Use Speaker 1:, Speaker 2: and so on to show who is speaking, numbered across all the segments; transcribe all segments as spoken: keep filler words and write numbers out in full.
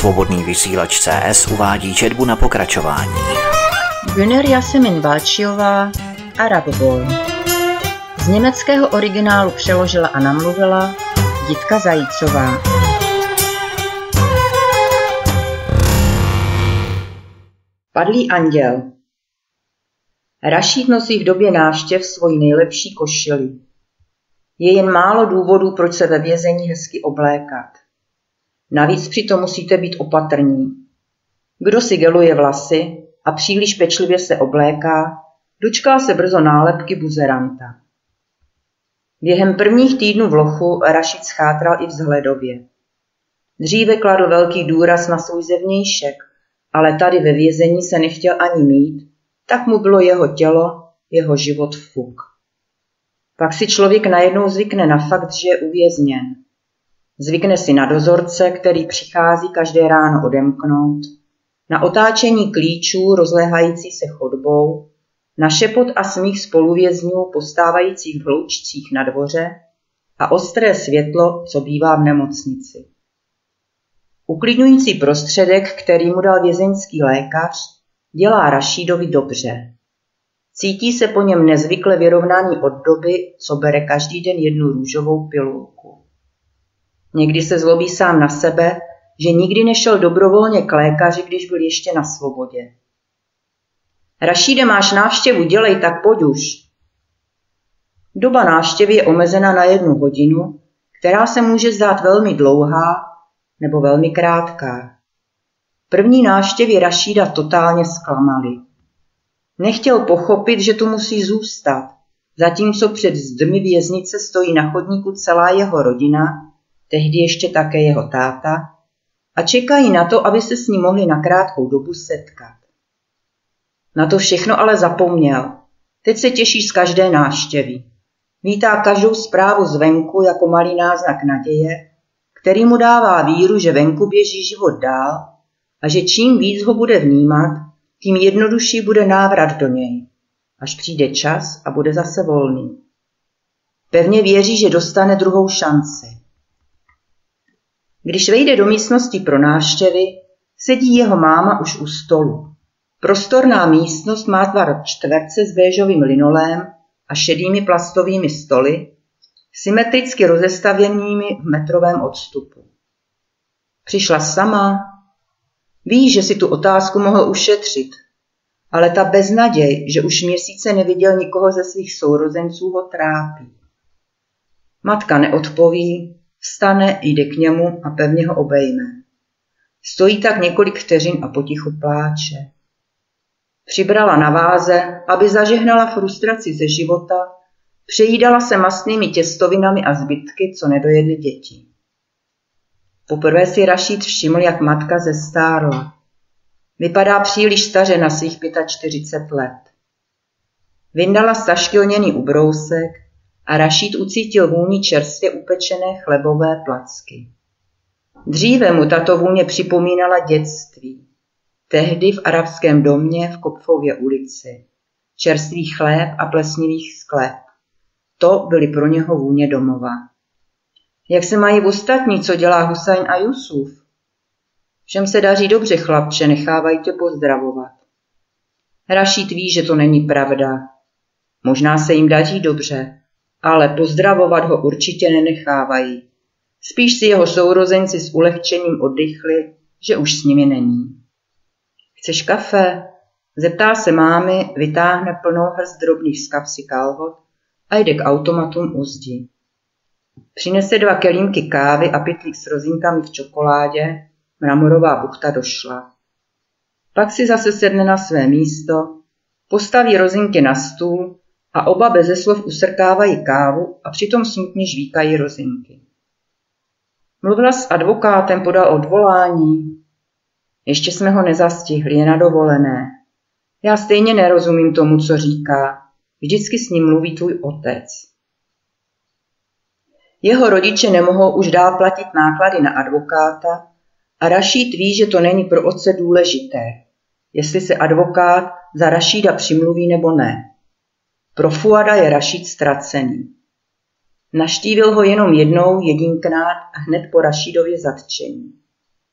Speaker 1: Svobodný vysílač C S uvádí četbu na pokračování.
Speaker 2: Güner Yasemin Balčiová, Arab Boy. Z německého originálu přeložila a namluvila Jitka Zajícová. Padlý anděl. Rašíd nosí v době návštěv svoji nejlepší košili. Je jen málo důvodů, proč se ve vězení hezky oblékat. Navíc přitom musíte být opatrní. Kdo si geluje vlasy a příliš pečlivě se obléká, dočká se brzo nálepky buzeranta. Během prvních týdnů v lochu Rašíd schátral i vzhledově. Dříve kladl velký důraz na svůj zevnějšek, ale tady ve vězení se nechtěl ani mít, tak mu bylo jeho tělo, jeho život fuk. Pak si člověk najednou zvykne na fakt, že je uvězněn. Zvykne si na dozorce, který přichází každé ráno odemknout, na otáčení klíčů rozléhající se chodbou, na šepot a smích spoluvězňů postávajících v hloučcích na dvoře a ostré světlo, co bývá v nemocnici. Uklidňující prostředek, který mu dal vězeňský lékař, dělá Rašídovi dobře. Cítí se po něm nezvykle vyrovnaný od doby, co bere každý den jednu růžovou pilulku. Někdy se zlobí sám na sebe, že nikdy nešel dobrovolně k lékaři, když byl ještě na svobodě. Rašíde, máš návštěvu, dělej, tak pojď už. Doba návštěvy je omezena na jednu hodinu, která se může zdát velmi dlouhá nebo velmi krátká. První návštěvy Rašída totálně zklamaly. Nechtěl pochopit, že tu musí zůstat, zatímco před zdmi věznice stojí na chodníku celá jeho rodina, tehdy ještě také jeho táta, a čekají na to, aby se s ním mohli na krátkou dobu setkat. Na to všechno ale zapomněl. Teď se těší z každé návštěvy. Vítá každou zprávu zvenku jako malý náznak naděje, který mu dává víru, že venku běží život dál a že čím víc ho bude vnímat, tím jednodušší bude návrat do něj, až přijde čas a bude zase volný. Pevně věří, že dostane druhou šanci. Když vejde do místnosti pro návštěvy, sedí jeho máma už u stolu. Prostorná místnost má tvar čtverce s béžovým linolém a šedými plastovými stoly, symetricky rozestavěnými v metrovém odstupu. Přišla sama. Ví, že si tu otázku mohl ušetřit, ale ta beznaděj, že už měsíce neviděl nikoho ze svých sourozenců, ho trápí. Matka neodpoví, vstane, jde k němu a pevně ho obejme. Stojí tak několik vteřin a potichu pláče. Přibrala na váze, aby zažehnala frustraci ze života, přejídala se mastnými těstovinami a zbytky, co nedojedly děti. Poprvé si Rašíd všiml, jak matka zestárla. Vypadá příliš staře na svých čtyřicet pět let. Vyndala z tašky lněný ubrousek a Rašíd ucítil vůni čerstvě upečené chlebové placky. Dříve mu tato vůně připomínala dětství. Tehdy v arabském domě v Kopfově ulici. Čerstvý chléb a plesnivých sklep. To byly pro něho vůně domova. Jak se mají ostatní, co dělá Husajn a Jusuf? Všem se daří dobře, chlapče, nechávají tě pozdravovat. Rašíd ví, že to není pravda. Možná se jim daří dobře, ale pozdravovat ho určitě nenechávají. Spíš si jeho sourozenci s ulehčením oddychli, že už s nimi není. Chceš kafe? Zeptá se mámy, vytáhne plnou hrst drobných z kapsy kalhot a jde k automatům u zdi. Přinese dva kelímky kávy a pytlík s rozinkami v čokoládě, mramorová buchta došla. Pak si zase sedne na své místo, postaví rozinky na stůl a oba beze slov usrkávají kávu a přitom smutně žvíkají rozinky. Mluvila s advokátem, podal odvolání. Ještě jsme ho nezastihli, je na dovolené. Já stejně nerozumím tomu, co říká. Vždycky s ním mluví tvůj otec. Jeho rodiče nemohou už dál platit náklady na advokáta a Rašíd ví, že to není pro otce důležité, jestli se advokát za Rašída přimluví nebo ne. Pro Fuada je Rašíd ztracený. Navštívil ho jenom jednou, jedinkrát a hned po Rašídově zatčení.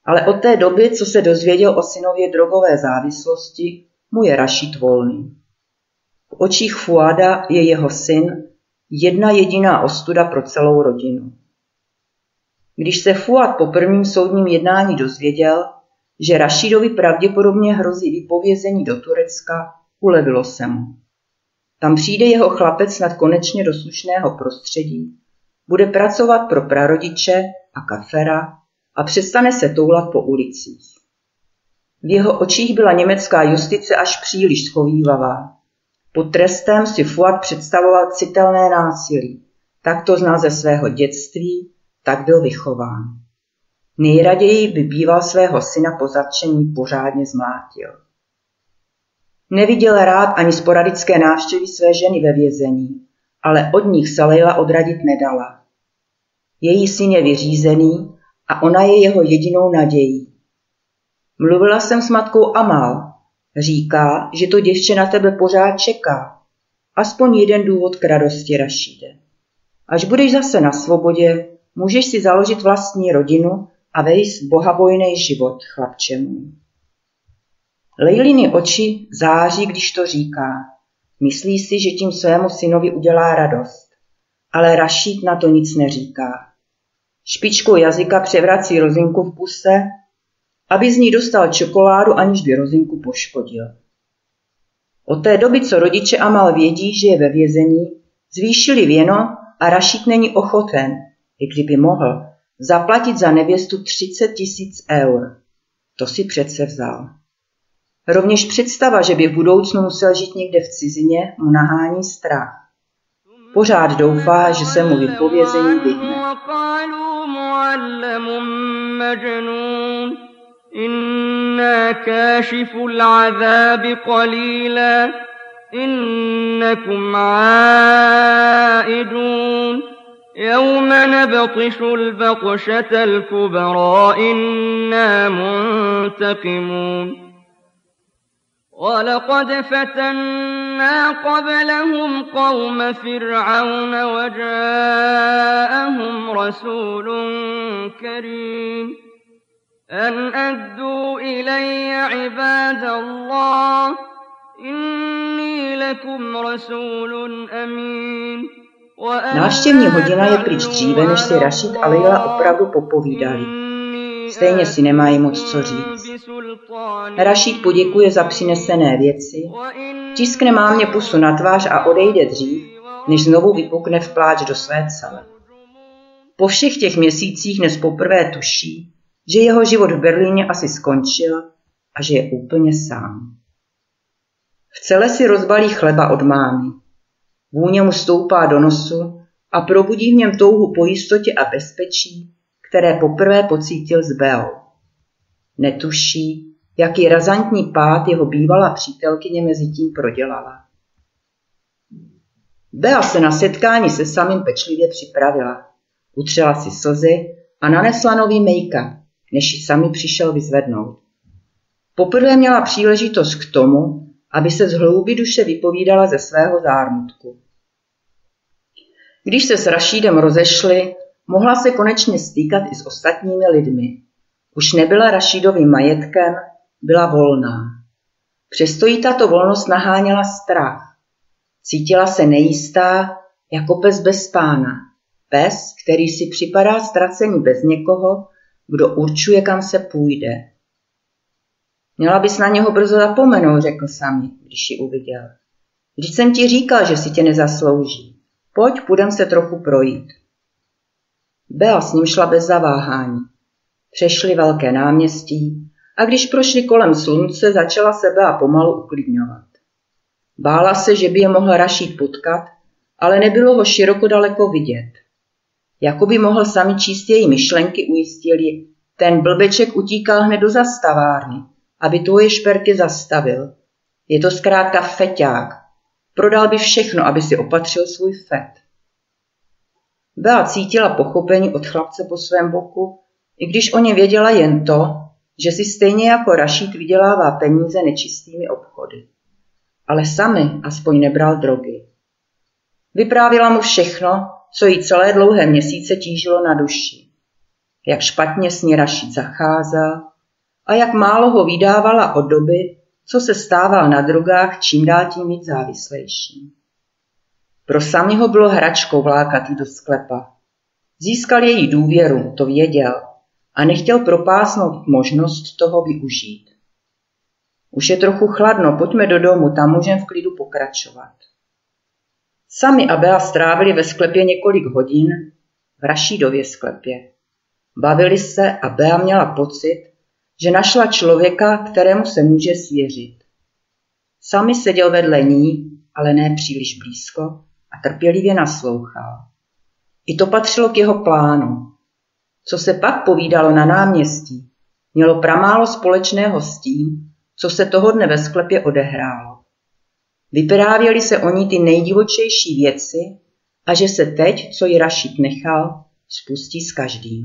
Speaker 2: ale od té doby, co se dozvěděl o synově drogové závislosti, mu je Rašíd volný. V očích Fuada je jeho syn jedna jediná ostuda pro celou rodinu. Když se Fuad po prvním soudním jednání dozvěděl, že Rašídovi pravděpodobně hrozí vypovězení do Turecka, ulevilo se mu. Tam přijde jeho chlapec snad konečně do slušného prostředí, bude pracovat pro prarodiče a kafera a přestane se toulat po ulicích. V jeho očích byla německá justice až příliš schovívavá. Pod trestem si Fuad představoval citelné násilí. Tak to znal ze svého dětství, tak byl vychován. Nejraději by býval svého syna po zatčení pořádně zmlátil. Neviděl rád ani sporadické návštěvy své ženy ve vězení, ale od nich se Lejla odradit nedala. Její syn je vyřízený a ona je jeho jedinou nadějí. Mluvila jsem s matkou Amal. Říká, že to děvče na tebe pořád čeká. Aspoň jeden důvod k radosti, Rašíde. Až budeš zase na svobodě, můžeš si založit vlastní rodinu a vést bohabojný život, chlapče můj. Lejliny oči září, když to říká. Myslí si, že tím svému synovi udělá radost. Ale Rašíd na to nic neříká. Špičkou jazyka převrací rozinku v puse, aby z ní dostal čokoládu, aniž by rozinku poškodil. Od té doby, co rodiče Amal vědí, že je ve vězení, zvýšili věno a Rašíd není ochoten, i kdyby mohl, zaplatit za nevěstu třicet tisíc eur. To si přece vzal. Rovněž představa, že by v budoucnu musel žít někde v cizině, mu nahání strach. Pořád doufá, že se mu vypovězení vyhne.
Speaker 3: إنا كاشف العذاب قليلا إنكم عائدون يوم نبطش البطشة الكبرى إنا منتقمون ولقد فتنا قبلهم قوم فرعون وجاءهم رسول كريم أن أدوا إلي عباد الله إني لكم رسول أمين.
Speaker 2: Návštěvní hodina je pryč dříve, než si Rašíd a Lejla opravdu popovídali. Stejně si nemají moc co říct. Rašíd poděkuje za přinesené věci, tiskne mámě pusu na tvář a odejde dřív, než znovu vypukne v pláč do své cely. Po všech těch měsících dnes poprvé tuší, že jeho život v Berlíně asi skončil a že je úplně sám. V cele si rozbalí chleba od mámy. Vůně mu stoupá do nosu a probudí v něm touhu po jistotě a bezpečí, které poprvé pocítil s Beou. Netuší, jaký razantní pád jeho bývalá přítelkyně mezi tím prodělala. Bea se na setkání se samým pečlivě připravila. Utřela si slzy a nanesla nový make-up, než ji sami přišel vyzvednout. Poprvé měla příležitost k tomu, aby se z hloubi duše vypovídala ze svého zármutku. Když se s Rašídem rozešli, mohla se konečně stýkat i s ostatními lidmi. Už nebyla Rašídovým majetkem, byla volná. Přesto jí tato volnost naháněla strach. Cítila se nejistá, jako pes bez pána. Pes, který si připadá ztracený bez někoho, kdo určuje, kam se půjde. Měla bys na něho brzo zapomenout, řekl sami, když ji uviděl. Vždyť jsem ti říkal, že si tě nezaslouží. Pojď, půjdem se trochu projít. Bea s ním šla bez zaváhání. Přešli velké náměstí a když prošli kolem slunce, začala se Bea pomalu uklidňovat. Bála se, že by je mohl Rašíd potkat, ale nebylo ho široko daleko vidět. Jakoby mohl sami číst její myšlenky, ujistil ji, ten blbeček utíkal hned do zastavárny, aby tvoje šperky zastavil. Je to zkrátka feťák. Prodal by všechno, aby si opatřil svůj fet. Bea cítila pochopení od chlapce po svém boku, i když o ně věděla jen to, že si stejně jako Rašíd vydělává peníze nečistými obchody. Ale sami aspoň nebral drogy. Vyprávěla mu všechno, co jí celé dlouhé měsíce tížilo na duši. jak špatně s ní Rašíd zacházel a jak málo ho vydávala od doby, co se stával na drogách čím dál tím víc závislejší. Pro Samiho bylo hračkou vlákat jí do sklepa. Získal její důvěru, to věděl, a nechtěl propásnout možnost toho využít. Už je trochu chladno, pojďme do domu, tam můžeme v klidu pokračovat. Sami a Bea strávili ve sklepě několik hodin, v Rašídově sklepě. Bavili se a Bea měla pocit, že našla člověka, kterému se může svěřit. Sami seděl vedle ní, ale ne příliš blízko, a trpělivě naslouchal. I to patřilo k jeho plánu. Co se pak povídalo na náměstí, mělo pramálo společného s tím, co se toho dne ve sklepě odehrálo. Vyprávěly se o ní ty nejdivočejší věci a že se teď, co ji Rašíd nechal, spustí s každým.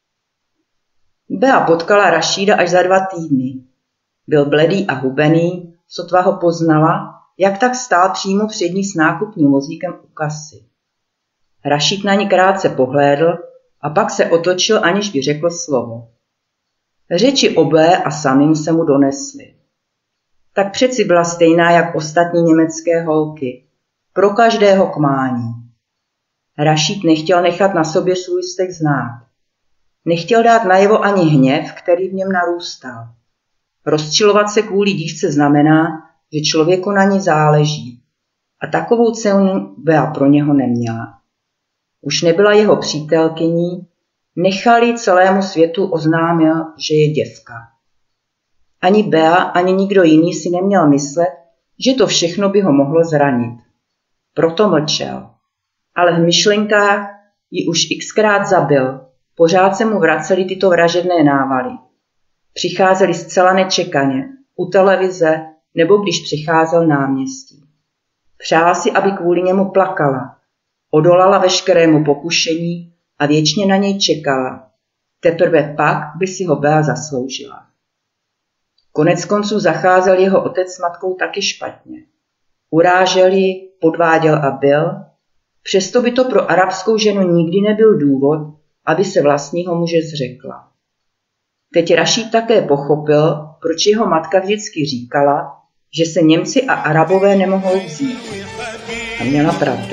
Speaker 2: Bea potkala Rašída až za dva týdny. Byl bledý a hubený, sotva ho poznala, jak tak stál přímo před ní s nákupním vozíkem u kasy. Rašíd na ní krátce pohlédl a pak se otočil, aniž by řekl slovo. Řeči o Bé a Samim se mu donesly. Tak přeci byla stejná jak ostatní německé holky, pro každého k mání. Rašíd nechtěl nechat na sobě svůj vztek znát. Nechtěl dát najevo ani hněv, který v něm narůstal. Rozčilovat se kvůli dívce znamená, že člověku na ní záleží. A takovou cenu Bea pro něho neměla. Už nebyla jeho přítelkyní, nechal jí celému světu oznámil, že je děvka. Ani Bea, ani nikdo jiný si neměl myslet, že to všechno by ho mohlo zranit. Proto mlčel. Ale v myšlenkách ji už xkrát zabil. Pořád se mu vracely tyto vražedné návaly. Přicházely zcela nečekaně, u televize nebo když přicházel náměstí. Přál si, aby kvůli němu plakala. Odolala veškerému pokušení a věčně na něj čekala. Teprve pak by si ho Bea zasloužila. Konec konců zacházel jeho otec s matkou taky špatně. Urážel ji, podváděl a byl, přesto by to pro arabskou ženu nikdy nebyl důvod, aby se vlastního muže zřekla. Teď Rašíd také pochopil, proč jeho matka vždycky říkala, že se Němci a Arabové nemohou vzít. A měla pravdu.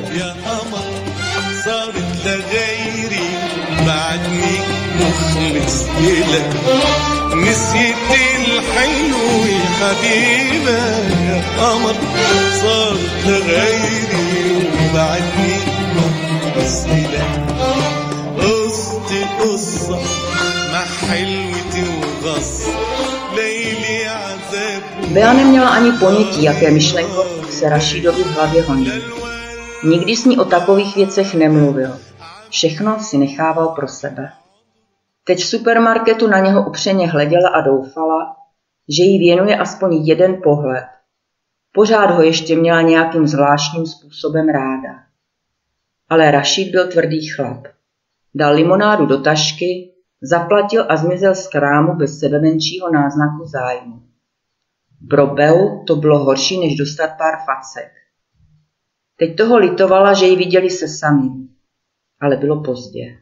Speaker 2: Bea neměla ani ponětí, jaké myšlenky se Rašídovi v hlavě honí. Nikdy s ní o takových věcech nemluvil. Všechno si nechával pro sebe. Teď v supermarketu na něho upřeně hleděla a doufala, že jí věnuje aspoň jeden pohled. Pořád ho ještě měla nějakým zvláštním způsobem ráda. Ale Rašíd byl tvrdý chlap. Dal limonádu do tašky, zaplatil a zmizel z krámu bez sebemenšího náznaku zájmu. Pro Beu to bylo horší, než dostat pár facek. Teď toho litovala, že ji viděli se Samim, ale bylo pozdě.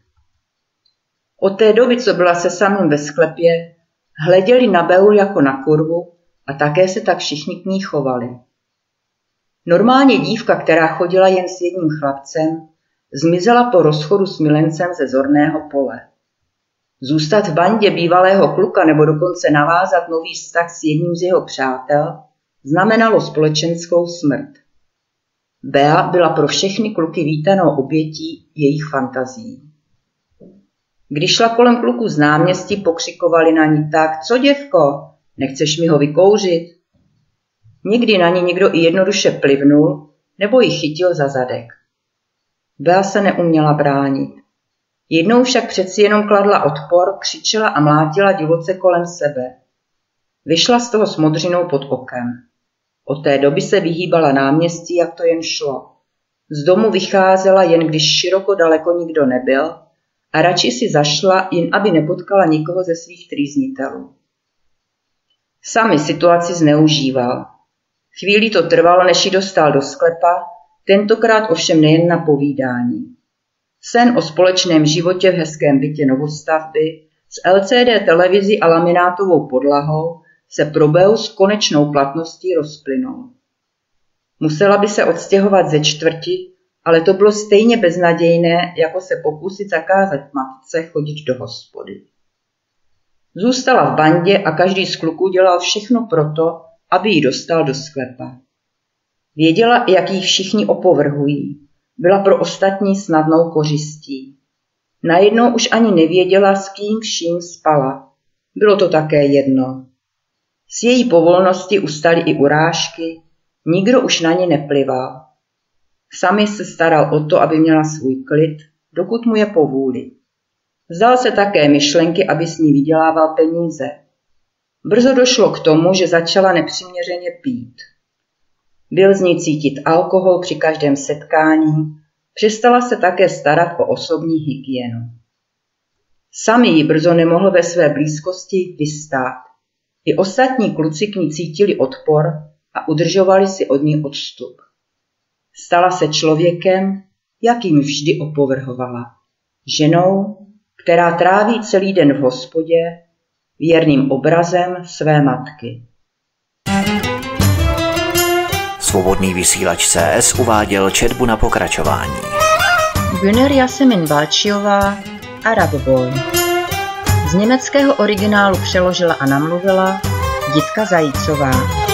Speaker 2: Od té doby, co byla se Samim ve sklepě, hleděli na Beu jako na kurvu a také se tak všichni k ní chovali. Normálně dívka, která chodila jen s jedním chlapcem, zmizela po rozchodu s milencem ze zorného pole. Zůstat v bandě bývalého kluka nebo dokonce navázat nový vztah s jedním z jeho přátel znamenalo společenskou smrt. Bea byla pro všechny kluky vítanou obětí jejich fantazií. Když šla kolem kluků z náměstí, pokřikovali na ní tak: co děvko, nechceš mi ho vykouřit? Někdy na ní někdo i jednoduše plivnul nebo ji chytil za zadek. Bea se neuměla bránit. Jednou však přeci jenom kladla odpor, křičela a mlátila divoce kolem sebe. Vyšla z toho s modřinou pod okem. Od té doby se vyhýbala náměstí, jak to jen šlo. Z domu vycházela jen když široko daleko nikdo nebyl a radši si zašla, jen aby nepotkala nikoho ze svých trýznitelů. Sami situaci zneužíval. Chvíli to trvalo, než ji dostal do sklepa, tentokrát ovšem nejen na povídání. Sen o společném životě v hezkém bytě novostavby s L C D televizí a laminátovou podlahou se pro Beus konečnou platností rozplynul. Musela by se odstěhovat ze čtvrti, ale to bylo stejně beznadějné, jako se pokusit zakázat matce chodit do hospody. Zůstala v bandě a každý z kluků dělal všechno proto, aby ji dostal do sklepa. Věděla, jak jí všichni opovrhují. Byla pro ostatní snadnou kořistí. Najednou už ani nevěděla, s kým vším spala. Bylo to také jedno. Z její povolnosti ustaly i urážky, nikdo už na ně neplival. Sami se staral o to, aby měla svůj klid, dokud mu je po vůli. Vzdal se také myšlenky, aby s ní vydělával peníze. Brzo došlo k tomu, že začala nepřiměřeně pít. Byl z ní cítit alkohol při každém setkání, přestala se také starat o osobní hygienu. Sami ji brzo nemohl ve své blízkosti vystát. I ostatní kluci k ní cítili odpor a udržovali si od ní odstup. Stala se člověkem, jakým vždy opovrhovala. Ženou, která tráví celý den v hospodě, věrným obrazem své matky.
Speaker 1: Svobodný vysílač C S uváděl četbu na pokračování.
Speaker 2: Günner Yasemin Balčiová, Arab Boy. Z německého originálu přeložila a namluvila Jitka Zajícová.